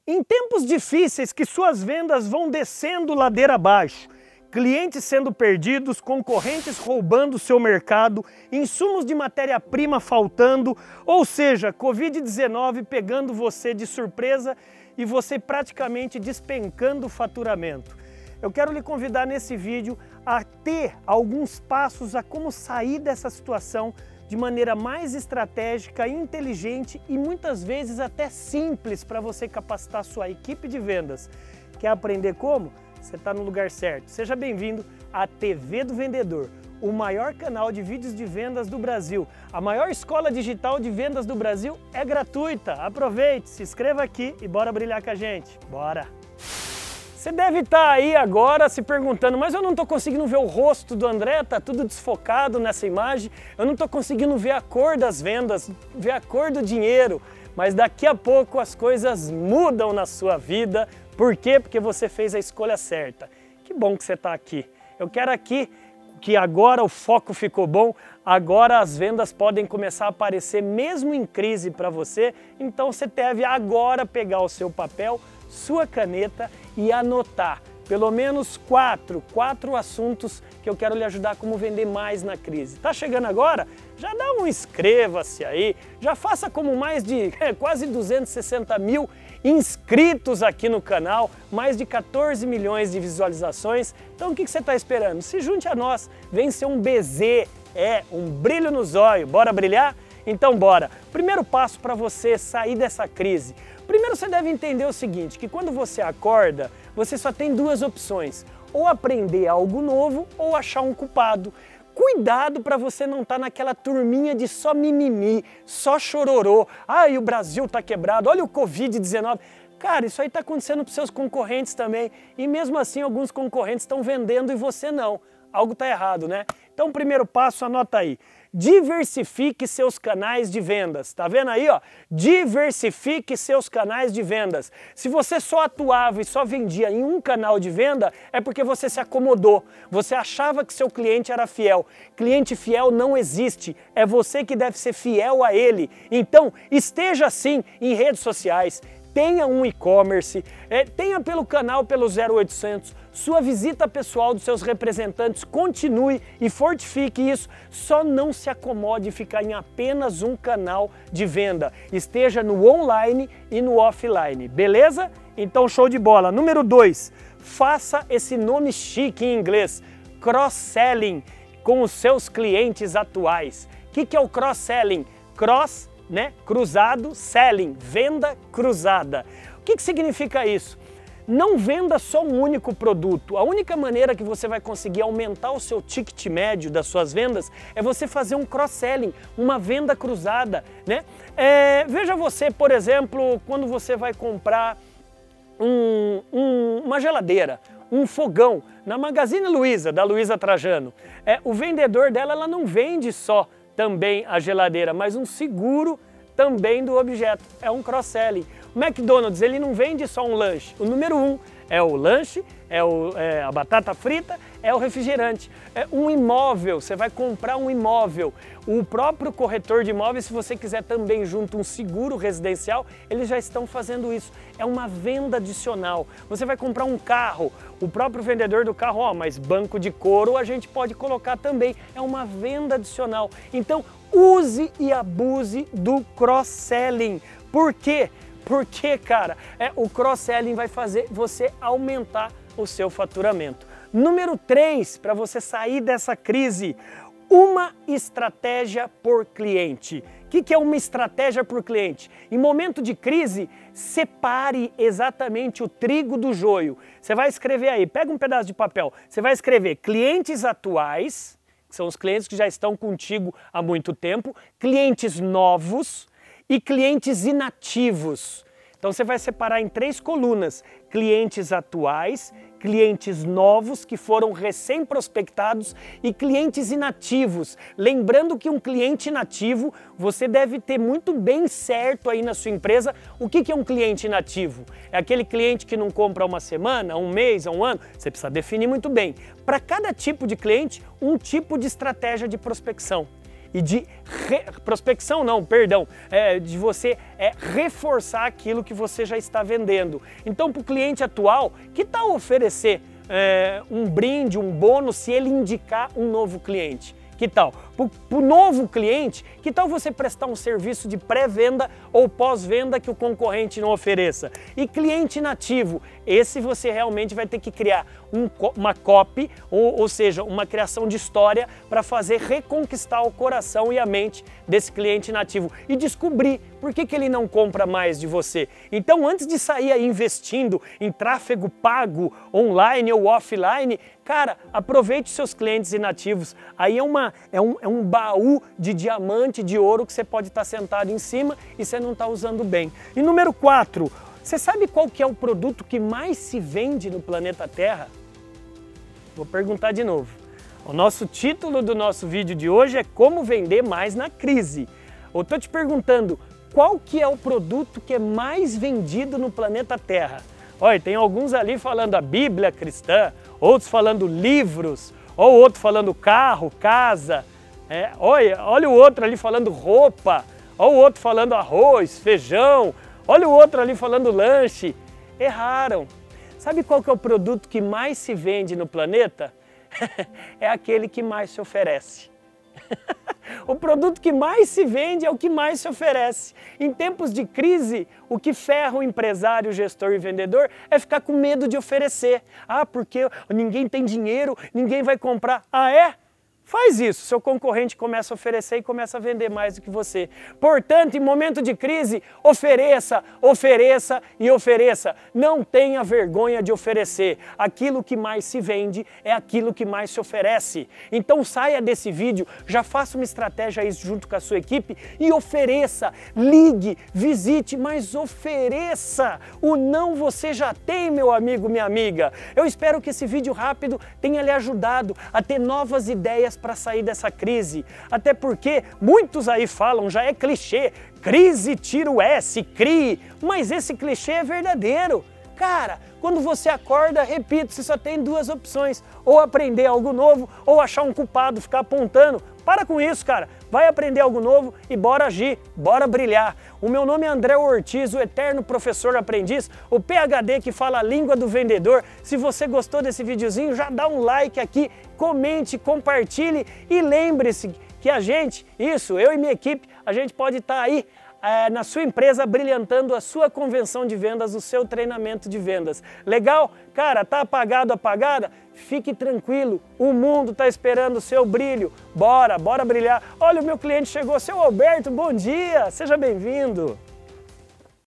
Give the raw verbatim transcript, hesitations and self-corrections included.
Em tempos difíceis que suas vendas vão descendo ladeira abaixo, clientes sendo perdidos, concorrentes roubando seu mercado, insumos de matéria-prima faltando, ou seja, covid dezenove pegando você de surpresa e você praticamente despencando o faturamento. Eu quero lhe convidar nesse vídeo a ter alguns passos a como sair dessa situação de maneira mais estratégica, inteligente e muitas vezes até simples para você capacitar sua equipe de vendas. Quer aprender como? Você está no lugar certo. Seja bem-vindo à T V do Vendedor, o maior canal de vídeos de vendas do Brasil. A maior escola digital de vendas do Brasil é gratuita. Aproveite, se inscreva aqui e bora brilhar com a gente. Bora! Você deve estar aí agora se perguntando, mas eu não estou conseguindo ver o rosto do André, está tudo desfocado nessa imagem, eu não estou conseguindo ver a cor das vendas, ver a cor do dinheiro, mas daqui a pouco as coisas mudam na sua vida. Por quê? Porque você fez a escolha certa. Que bom que você está aqui. Eu quero aqui que agora o foco ficou bom, agora as vendas podem começar a aparecer mesmo em crise para você, então você deve agora pegar o seu papel, sua caneta e anotar pelo menos quatro, quatro assuntos que eu quero lhe ajudar como vender mais na crise. Tá chegando agora? Já dá um inscreva-se aí, já faça como mais de é, quase duzentos e sessenta mil inscritos aqui no canal, mais de quatorze milhões de visualizações. Então o que, que você está esperando? Se junte a nós, vem ser um B Z, é, um brilho nos olhos, bora brilhar? Então bora! Primeiro passo para você sair dessa crise. Primeiro você deve entender o seguinte, que quando você acorda, você só tem duas opções, ou aprender algo novo ou achar um culpado. Cuidado para você não estar tá naquela turminha de só mimimi, só chororô. Ai, o Brasil tá quebrado, olha o covid dezenove. Cara, isso aí está acontecendo para seus concorrentes também. E mesmo assim, alguns concorrentes estão vendendo e você não. Algo está errado, né? Então, primeiro passo, anota aí. Diversifique seus canais de vendas. Tá vendo aí, ó? Diversifique seus canais de vendas. Se você só atuava e só vendia em um canal de venda, é porque você se acomodou. Você achava que seu cliente era fiel. Cliente fiel não existe. É você que deve ser fiel a ele. Então, esteja sim em redes sociais. Tenha um e-commerce, é, tenha pelo canal pelo zero oitocentos, sua visita pessoal dos seus representantes, continue e fortifique isso, só não se acomode em ficar em apenas um canal de venda, esteja no online e no offline, beleza? Então show de bola. Número dois, faça esse nome chique em inglês, cross-selling com os seus clientes atuais. O que, que é o cross-selling? Cross né? Cruzado, selling, venda cruzada. O que, que significa isso? Não venda só um único produto. A única maneira que você vai conseguir aumentar o seu ticket médio das suas vendas é você fazer um cross-selling, uma venda cruzada, né? É, veja você, por exemplo, quando você vai comprar um, um, uma geladeira, um fogão, na Magazine Luiza, da Luiza Trajano. É, o vendedor dela, ela não vende só também a geladeira, mas um seguro também do objeto, é um cross-selling. O McDonald's, ele não vende só um lanche, o número um é o lanche, é, o, é a batata frita, é o refrigerante. É um imóvel, você vai comprar um imóvel, o próprio corretor de imóveis, se você quiser também junto um seguro residencial, eles já estão fazendo isso, é uma venda adicional. Você vai comprar um carro, o próprio vendedor do carro, ó, mas banco de couro a gente pode colocar também, é uma venda adicional. Então use e abuse do cross-selling. Por quê? Porque, cara, é, o cross-selling vai fazer você aumentar o seu faturamento. Número três, para você sair dessa crise, uma estratégia por cliente. O que, que é uma estratégia por cliente? Em momento de crise, separe exatamente o trigo do joio. Você vai escrever aí, pega um pedaço de papel, você vai escrever clientes atuais, que são os clientes que já estão contigo há muito tempo, clientes novos e clientes inativos. Então você vai separar em três colunas, clientes atuais, clientes novos que foram recém-prospectados e clientes inativos. Lembrando que um cliente inativo, você deve ter muito bem certo aí na sua empresa o que é um cliente inativo. É aquele cliente que não compra uma semana, um mês, um ano, você precisa definir muito bem. Para cada tipo de cliente, um tipo de estratégia de prospecção. e de re, prospecção não, perdão, é, de você é, reforçar aquilo que você já está vendendo. Então, para o cliente atual, que tal oferecer é, um brinde, um bônus se ele indicar um novo cliente? Que tal? Para o novo cliente, que tal você prestar um serviço de pré-venda ou pós-venda que o concorrente não ofereça? E cliente nativo, esse você realmente vai ter que criar um, uma copy, ou, ou seja, uma criação de história para fazer reconquistar o coração e a mente desse cliente nativo e descobrir por que, que ele não compra mais de você. Então, antes de sair aí investindo em tráfego pago, online ou offline, cara, aproveite seus clientes inativos. Aí é, uma, é, um, é um baú de diamante, de ouro que você pode estar sentado em cima e você não está usando bem. E número quatro, você sabe qual que é o produto que mais se vende no planeta Terra? Vou perguntar de novo. O nosso título do nosso vídeo de hoje é Como Vender Mais na Crise. Eu estou te perguntando, qual que é o produto que é mais vendido no planeta Terra? Olha, tem alguns ali falando a Bíblia cristã, outros falando livros, ou outro falando carro, casa. É, olha, olha o outro ali falando roupa, olha o outro falando arroz, feijão, olha o outro ali falando lanche. Erraram. Sabe qual que é o produto que mais se vende no planeta? É aquele que mais se oferece. O produto que mais se vende é o que mais se oferece. Em tempos de crise, o que ferra o empresário, o gestor e vendedor é ficar com medo de oferecer. Ah, porque ninguém tem dinheiro, ninguém vai comprar. Ah, é? Faz isso, seu concorrente começa a oferecer e começa a vender mais do que você. Portanto, em momento de crise, ofereça, ofereça e ofereça. Não tenha vergonha de oferecer. Aquilo que mais se vende é aquilo que mais se oferece. Então saia desse vídeo, já faça uma estratégia aí junto com a sua equipe e ofereça, ligue, visite, mas ofereça. O não você já tem, meu amigo, minha amiga. Eu espero que esse vídeo rápido tenha lhe ajudado a ter novas ideias para sair dessa crise, até porque muitos aí falam, já é clichê, crise tira o S, crie, mas esse clichê é verdadeiro. Cara, quando você acorda, repito, você só tem duas opções, ou aprender algo novo, ou achar um culpado, ficar apontando. Para com isso, cara, vai aprender algo novo e bora agir, bora brilhar. O meu nome é André Ortiz, o eterno professor aprendiz, o P H D que fala a língua do vendedor. Se você gostou desse videozinho, já dá um like aqui, comente, compartilhe e lembre-se que a gente, isso, eu e minha equipe, a gente pode estar aí é, na sua empresa brilhantando a sua convenção de vendas, o seu treinamento de vendas. Legal? Cara, tá apagado, apagada? Fique tranquilo, o mundo está esperando o seu brilho. Bora, bora brilhar. Olha, o meu cliente chegou, seu Alberto, bom dia, seja bem-vindo.